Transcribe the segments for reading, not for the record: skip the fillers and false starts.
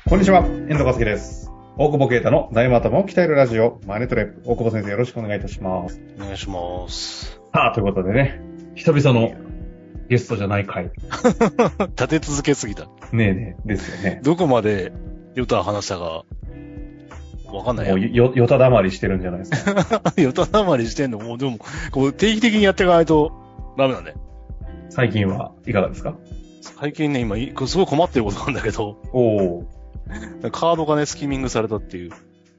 こんにちは、遠藤和樹です。大久保啓太の財務頭を鍛えるラジオ、マネトレ。大久保先生、よろしくお願いいたします。 お願いします。 さあ、ということでね、久々のゲストじゃない回。 立て続けすぎた。 ねえねえ、ですよね。 どこまでヨタ話したか、わかんないよ。もうよただまりしてるんじゃないですか。 ヨタだまりしてんのもうでも、こう定期的にやっていかないとダメなんだね。 最近はいかがですか？ 最近ね、今、すごい困ってることなんだけど。 おー。 カードがね、スキミングされたっていう。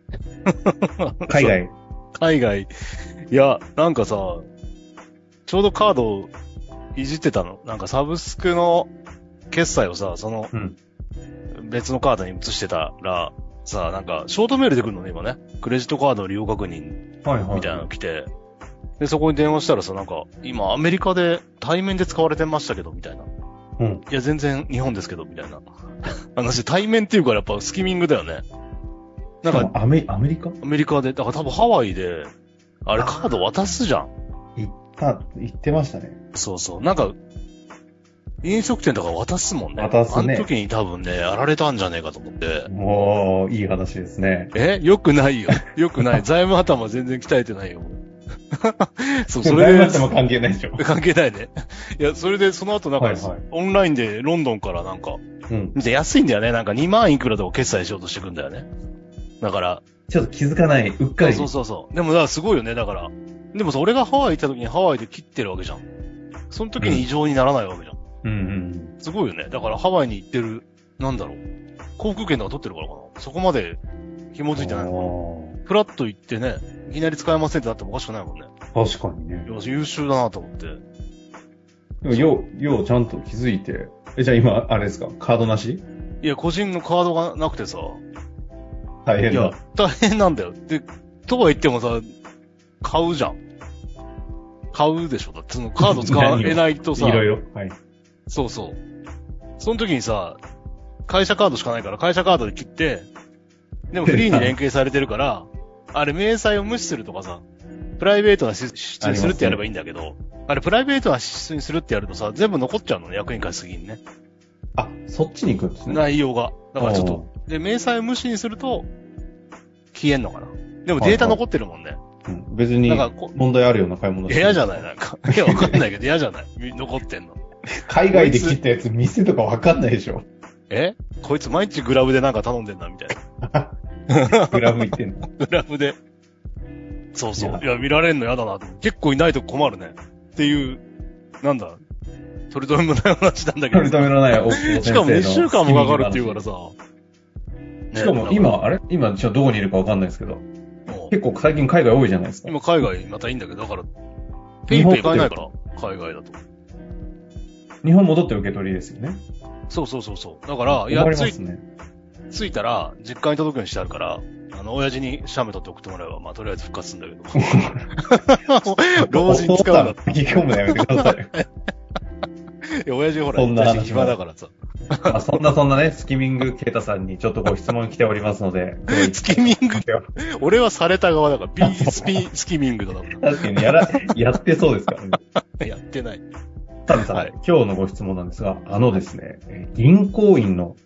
海外。 いや、なんかさ、ちょうどカードをいじってたの。なんかサブスクの決済をさ、別のカードに移してたら、さ、なんか、ショートメールで来るのね、今ね。クレジットカード利用確認、みたいなの来て、で、そこに電話したらさ、なんか、今アメリカで対面で使われてましたけど、みたいな。 うん。 いや、全然日本ですけど、みたいな。話、対面っていうからやっぱスキミングだよね。 なんか、アメリカアメリカで、だから多分ハワイで、あれカード渡すじゃん。 言ってましたね。 そうそう。なんか、飲食店とか渡すもんね。 渡すね。 あの時に多分ね、やられたんじゃねえかと思って。 もう、いい話ですね。 よくないよ。よくない。財務頭全然鍛えてないよ。 そう、それで。財務頭関係ないでしょ。 関係ないね。いや、それでその後なんか、オンラインでロンドンからなんか、安いんだよね。なんか2万いくらでも決済しようとしてくんだよね。だから。 ちょっと気づかない、うっかり。 そう。でもだからすごいよね。だから。でもさ、俺がハワイ行った時にハワイで切ってるわけじゃん。その時に異常にならないわけじゃん。すごいよね。だからハワイに行ってる、なんだろう。航空券とか取ってるからかな。そこまで紐づいてないのかな。フラッと行ってね、いきなり使えませんってなってもおかしくないもんね。 確かにね。 優秀だなと思って。 でもようちゃんと気づいて。じゃあ今、あれですか？カードなし？ いや、個人のカードがなくてさ。 大変だ。 いや、大変なんだよ。で、とは言ってもさ、買うじゃん。買うでしょ。だってそのカード使えないとさ。 いろいろ。はい。 そう。その時にさ、会社カードしかないから会社カードで切って、でもフリーに連携されてるから、あれ明細を無視するとかさ、プライベートな支出にするってやればいいんだけど、あれプライベートな支出にするってやるとさ、全部残っちゃうのね、役員会過ぎにね。 あ、そっちに行くんですね。 内容が。だからちょっと、で、明細を無視にすると、消えんのかな。でもデータ残ってるもんね。 別に、問題あるような買い物嫌じゃないなんか。いや、わかんないけど嫌じゃない残ってんの。 海外で切ったやつ、店とかわかんないでしょ。 こいつ毎日グラブでなんか頼んでんな、みたいな。グラブ行ってんの？ グラブで。そう。いや、見られんの嫌だな。結構いないと困るね。っていう、なんだ、取り留めもない話なんだけど。 取り留めのない大久保先生の。 しかも1週間もかかるっていうからさ。 しかも今、今、どこにいるかわかんないですけど。結構最近海外多いじゃないですか。 今海外またいいんだけど、だから、ペイペイ買えないから、海外だと。 日本戻って受け取りですよね。 そう。だから、いや、着いたら、実家に届くようにしてあるから、親父に写メ撮って送ってもらえば、まあ、とりあえず復活するんだけど。老人使うんだって。 引き込むのやめてください。 いや、親父ほら、暇だからさ。 そんなね、スキミングケイタさんにちょっとご質問来ておりますので。 スキミング俺はされた側だから、スキミングだから。 確かにやってそうですからね。やってない。 さて、今日のご質問なんですが、ですね、銀行員の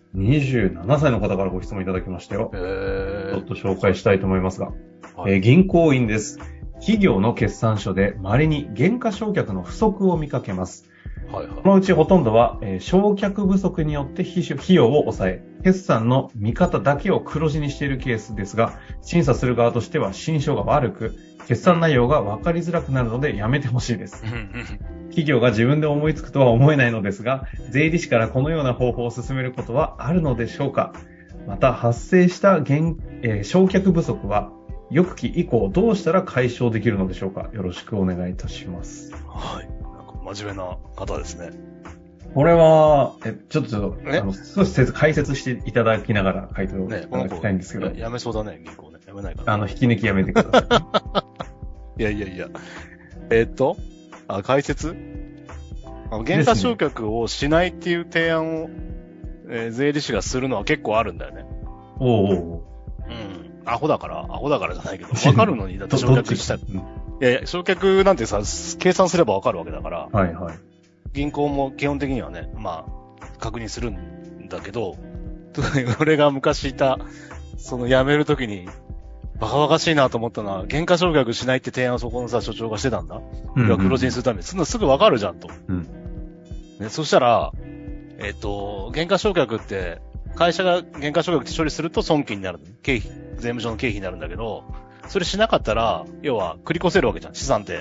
27歳の方からご質問いただきましたよ。ちょっと紹介したいと思いますが、銀行員です。企業の決算書で稀に減価償却の不足を見かけます。このうちほとんどは、償却不足によって費用を抑え、決算の見方だけを黒字にしているケースですが、審査する側としては心証が悪く、決算内容が分かりづらくなるのでやめてほしいです。企業が自分で思いつくとは思えないのですが、税理士からこのような方法を進めることはあるのでしょうか。また発生した償却不足は、翌期以降どうしたら解消できるのでしょうか。よろしくお願いいたします。 はい。なんか真面目な方ですね。 これは、ちょっと、少し解説していただきながら回答をいただきたいんですけど。 やめそうだね、銀行ね。やめないかな。 引き抜きやめてください。いや。解説減価償却をしないっていう提案を、税理士がするのは結構あるんだよね。アホだからじゃないけど、わかるのに、だって償却した。いや、償却なんてさ、計算すればわかるわけだから。銀行も基本的にはね、まあ、確認するんだけど、 俺が昔いた、その辞めるときに、バカバカしいなと思ったのは、減価償却しないって提案をそこのさ、所長がしてたんだ。黒字にするために。すぐわかるじゃんと。ね、そしたら、減価償却って、会社が減価償却って処理すると損金になる。経費、税務上の経費になるんだけど、それしなかったら、要は繰り越せるわけじゃん、資産って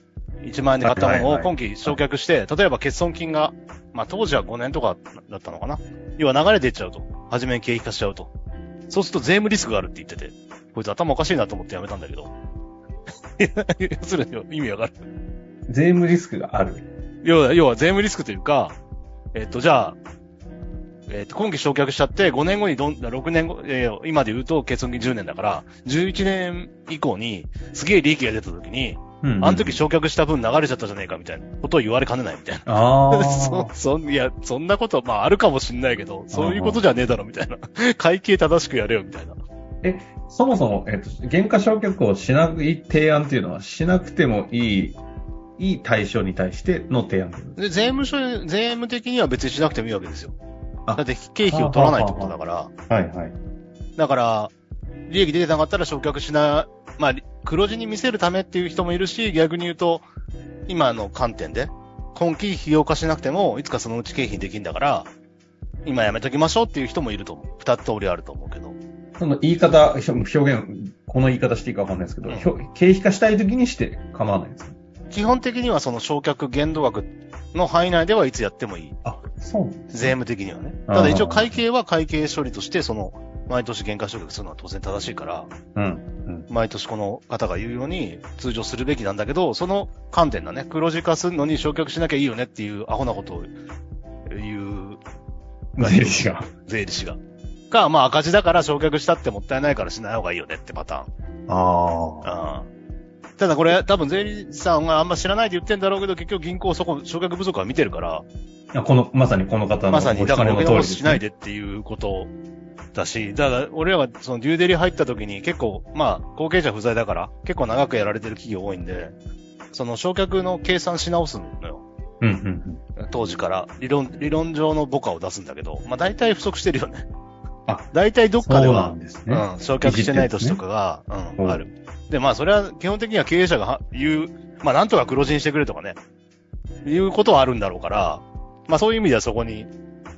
。1万円で買ったものを今期償却して、例えば欠損金が、まあ当時は5年とかだったのかな。要は流れていっちゃうと。初めに経費化しちゃうと。そうすると税務リスクがあるって言ってて、こいつ頭おかしいなと思ってやめたんだけど。要するに意味わかる。 税務リスクがある。 要は税務リスクというか、じゃあ、今期償却しちゃって、5年後に6年後、今で言うと欠損金10年だから、11年以降にすげえ利益が出た時に、あの時償却した分流れちゃったじゃねえかみたいなことを言われかねないみたいな。いや、そんなこと、まああるかもしんないけど、そういうことじゃねえだろみたいな。会計正しくやれよみたいな。 そもそも、減価償却をしない提案っていうのはしなくてもいい対象に対しての提案で税務的には別にしなくてもいいわけですよ。だって経費を取らないってことだから。 はいはい。 だから、利益出てなかったら償却しない、まあ、黒字に見せるためっていう人もいるし、逆に言うと、今の観点で、今期費用化しなくても、いつかそのうち経費にできるんだから、今やめときましょうっていう人もいると思う。二通りあると思うけど。 その言い方、表現、この言い方していいかわかんないですけど、経費化したい時にして構わないんですか？ 基本的にはその償却限度額の範囲内ではいつやってもいい。 そうなんですね。 税務的にはね。ただ一応会計は会計処理として、その、毎年減価償却するのは当然正しいから、毎年この方が言うように通常するべきなんだけど、その観点だね。黒字化するのに償却しなきゃいいよねっていうアホなことを言う。 税理士が。 か、まあ赤字だから償却したってもったいないからしない方がいいよねってパターン。ただこれ多分税理士さんがあんま知らないで言ってんだろうけど、結局銀行そこ償却不足は見てるから。 まさにこの方のまさに、だから余計なことしないでっていうことだし、だから俺らがそのデューデリ入った時に結構、まあ後継者不在だから結構長くやられてる企業多いんで、その償却の計算し直すのよ。当時から理論上の母価を出すんだけど、まあ大体不足してるよね。大体どっかでは、償却してない年とかが、ある。で、まあそれは基本的には経営者が言う、まあなんとか黒字にしてくれとかね、いうことはあるんだろうから、まあそういう意味ではそこに、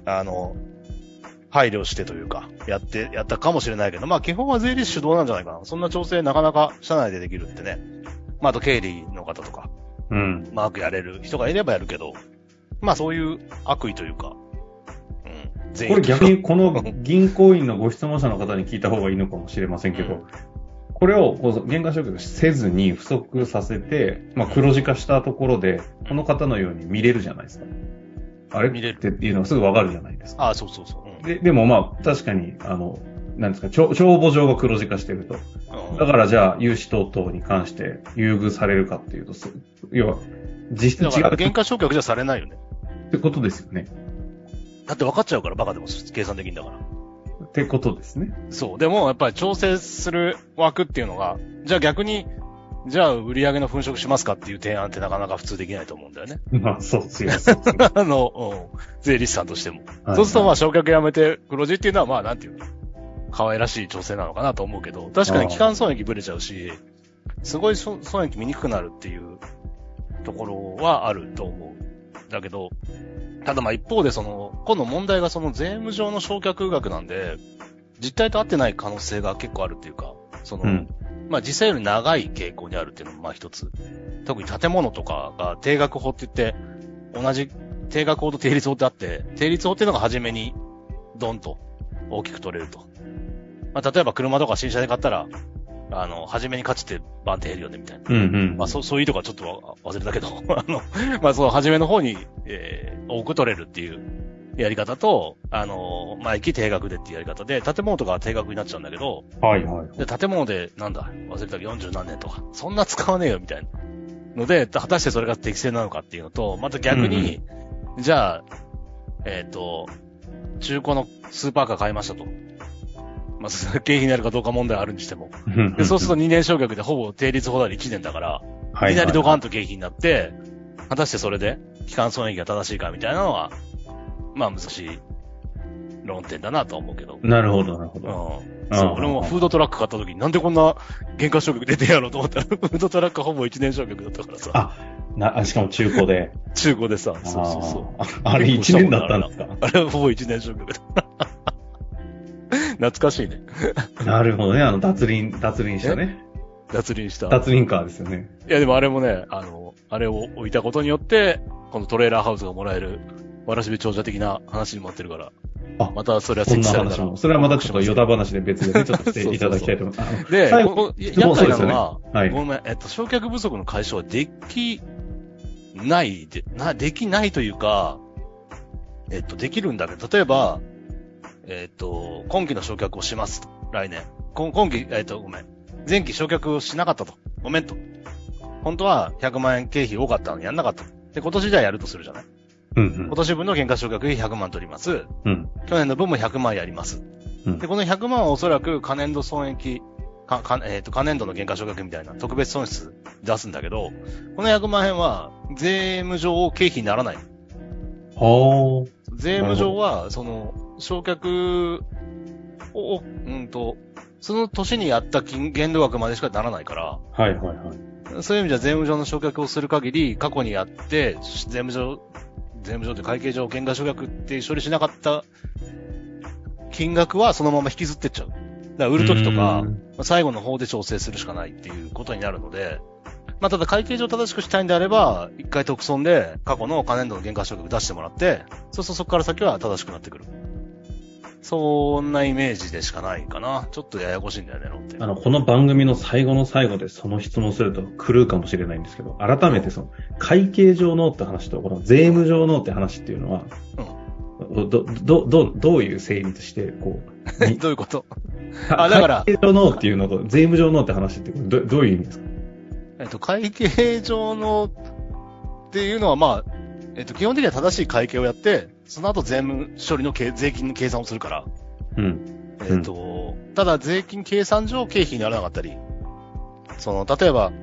配慮してというか、やったかもしれないけど、まあ基本は税理士主導なんじゃないかな。そんな調整なかなか社内でできるってね。まああと経理の方とか、マークやれる人がいればやるけど、まあそういう悪意というか、 これ逆にこの銀行員のご質問者の方に聞いた方がいいのかもしれませんけど、これを減価償却せずに不足させて、まあ黒字化したところで、この方のように見れるじゃないですか。あれ見れるっていうのはすぐわかるじゃないですか。 そうそうそう。 でもまあ確かに、なんですか、帳簿上が黒字化してると。だからじゃあ融資等々に関して優遇されるかっていうと、要は実質違う。 減価償却じゃされないよね。 ってことですよね。 だって分かっちゃうからバカでも計算できんだから。 ってことですね。 そう。でもやっぱり調整する枠っていうのが、じゃあ逆に、じゃあ売上の粉飾しますかっていう提案ってなかなか普通できないと思うんだよね。 まあそうですよ。 税理士さんとしても。そうするとまあ償却やめて黒字っていうのはまあなんていうの、可愛らしい調整なのかなと思うけど、確かに期間損益ブレちゃうし、すごい損益見にくくなるっていうところはあると思う。だけど、ただまあ一方で今度問題がその税務上の償却額なんで、実態と合ってない可能性が結構あるっていうか、まあ実際より長い傾向にあるっていうのもまあ一つ。特に建物とかが定額法って言って、同じ定額法と定率法ってあって、定率法っていうのが初めにドンと大きく取れると。まあ例えば車とか新車で買ったら、初めに価値ってバンって減るよねみたいな。まあそういうとこはちょっと忘れたけど、まあその初めの方に、多く取れるっていうやり方と、毎期定額でっていうやり方で、建物とかは定額になっちゃうんだけど、で、建物で、忘れたけど40何年とか、そんな使わねえよみたいなので、果たしてそれが適正なのかっていうのと、また逆に、じゃあ、中古のスーパーカー買いましたと。まあ、経費になるかどうか問題あるにしても。で、そうすると2年償却でほぼ定率ほどで1年だから、いきなりドカンと経費になって、果たしてそれで、期間損益が正しいかみたいなのは、まあ難しい論点だなとは思うけど。 なるほど、なるほど。 そう、俺もフードトラック買った時になんでこんな原価償却出てやろうと思ったら、フードトラックほぼ1年償却だったからさ。 しかも中古で。 中古でさ、そう。 あれ1年だったんですか？ あれはほぼ1年償却だ。懐かしいね。 なるほどね、脱輪したね。 脱輪した。 脱輪カーですよね。 いやでもあれもね、あれを置いたことによって、このトレーラーハウスがもらえる、わらしべ長者的な話にもなってるから。またそれは設置されたら。 それはまたちょっとヨタ話で別でね、ちょっとしていただきたいと思います。 で、厄介なのは、 はい、 ごめん、焼却不足の解消はできないというか、できるんだけど、例えば、今期の焼却をします。来年。今期、ごめん。前期焼却をしなかったと。ごめんと。本当は100万円経費多かったのにやんなかった。で、今年じゃあやるとするじゃない。今年分の原価償却費100万取ります。去年の分も100万やります。で、この100万はおそらく可年度損益、可年度の原価償却費みたいな特別損失出すんだけど、この100万円は税務上経費にならない。税務上は、償却を、その年にやった限度額までしかならないから。 はいはいはい。 そういう意味じゃ税務上の償却をする限り、過去にやって、税務上って会計上原価償却って処理しなかった金額はそのまま引きずってっちゃう。だから売るときとか、最後の方で調整するしかないっていうことになるので、ただ会計上正しくしたいんであれば、一回特損で過去の可年度の原価償却出してもらって、そうするとそこから先は正しくなってくる。そんなイメージでしかないかな。ちょっとややこしいんだよね、論点。 この番組の最後の最後でその質問すると狂うかもしれないんですけど、改めて会計上のって話と、この税務上のって話っていうのは、どういう成立して、こう。 どういうことだから。 会計上のっていうのと、税務上のって話ってどういう意味ですか？ 会計上のっていうのは基本的には正しい会計をやって、その後税務処理の税金の計算をするから。ただ税金計算上経費にならなかったり、例えば、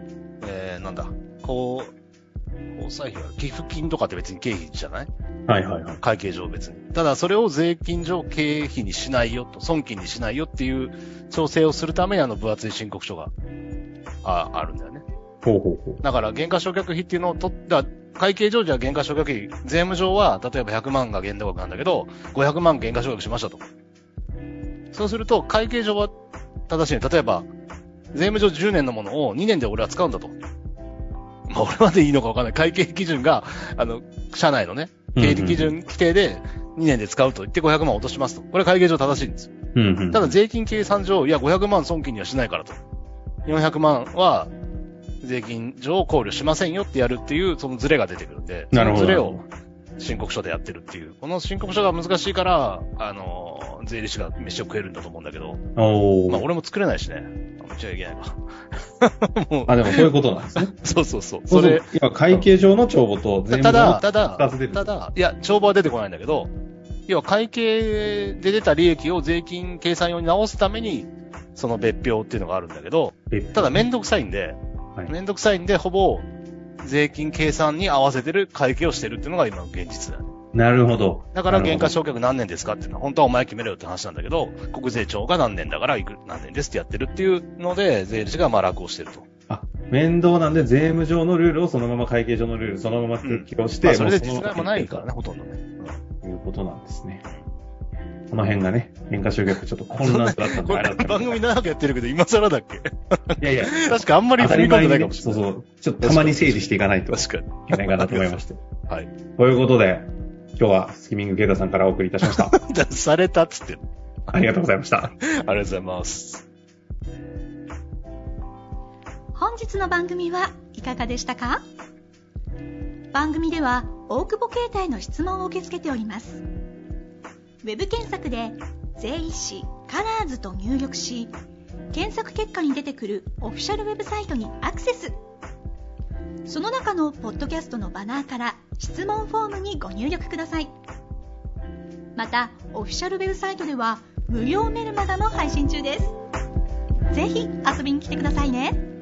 交際費は寄付金とかって別に経費じゃない？ はいはいはい。 会計上別に。ただそれを税金上経費にしないよと、損金にしないよっていう調整をするために分厚い申告書があるんだよね。だから原価償却費っていうのを会計上じゃ原価償却費、税務上は例えば100万が限度額なんだけど、500万原価償却しましたと。そうすると会計上は正しいね。例えば、税務上10年のものを2年で俺は使うんだと。俺までいいのか分かんない。会計基準が、社内のね、経理基準規定で2年で使うと言って500万落としますと。これ会計上正しいんですよ。ただ税金計算上、いや500万損金にはしないからと。400万は税金上考慮しませんよってやるっていう、そのズレが出てくるんで、そのズレを申告書でやってるっていう。この申告書が難しいから、税理士が飯を食えるんだと思うんだけど。俺も作れないしね。めっちゃいけないわ。 でもそういうことなんですね。 そう。それ。 今、会計上の帳簿と税務上の2つ出てる。 ただ、いや、帳簿は出てこないんだけど、要は会計で出た利益を税金計算用に直すために、その別表っていうのがあるんだけど、ただめんどくさいんで、ほぼ税金計算に合わせてる会計をしてるっていうのが今の現実だね。 なるほど。 だから原価償却何年ですかっていうのは、本当はお前決めろよって話なんだけど、国税庁が何年だから何年ですってやってるっていうので、税理士が楽をしてると。 面倒なんで税務上のルールをそのまま会計上のルールそのまま適用して、 それで実害もないからね、ほとんどね。 いうことなんですね。この辺がね、原価償却ちょっと混乱だったんで、 番組長くやってるけど、今更だっけ？ いや。 確かあんまり踏み込んでないかもしれない。 そう。ちょっとたまに整理していかないといけないかなと思いまして。 はい。 ということで、今日はスキミングゲータさんからお送りいたしました。 されたっつって。 ありがとうございました。 ありがとうございます。 本日の番組はいかがでしたか？番組では大久保携帯の質問を受け付けております。ウェブ検索で税理士カラーズと入力し、検索結果に出てくるオフィシャルウェブサイトにアクセス。その中のポッドキャストのバナーから質問フォームにご入力ください。またオフィシャルウェブサイトでは無料メルマガも配信中です。ぜひ遊びに来てくださいね。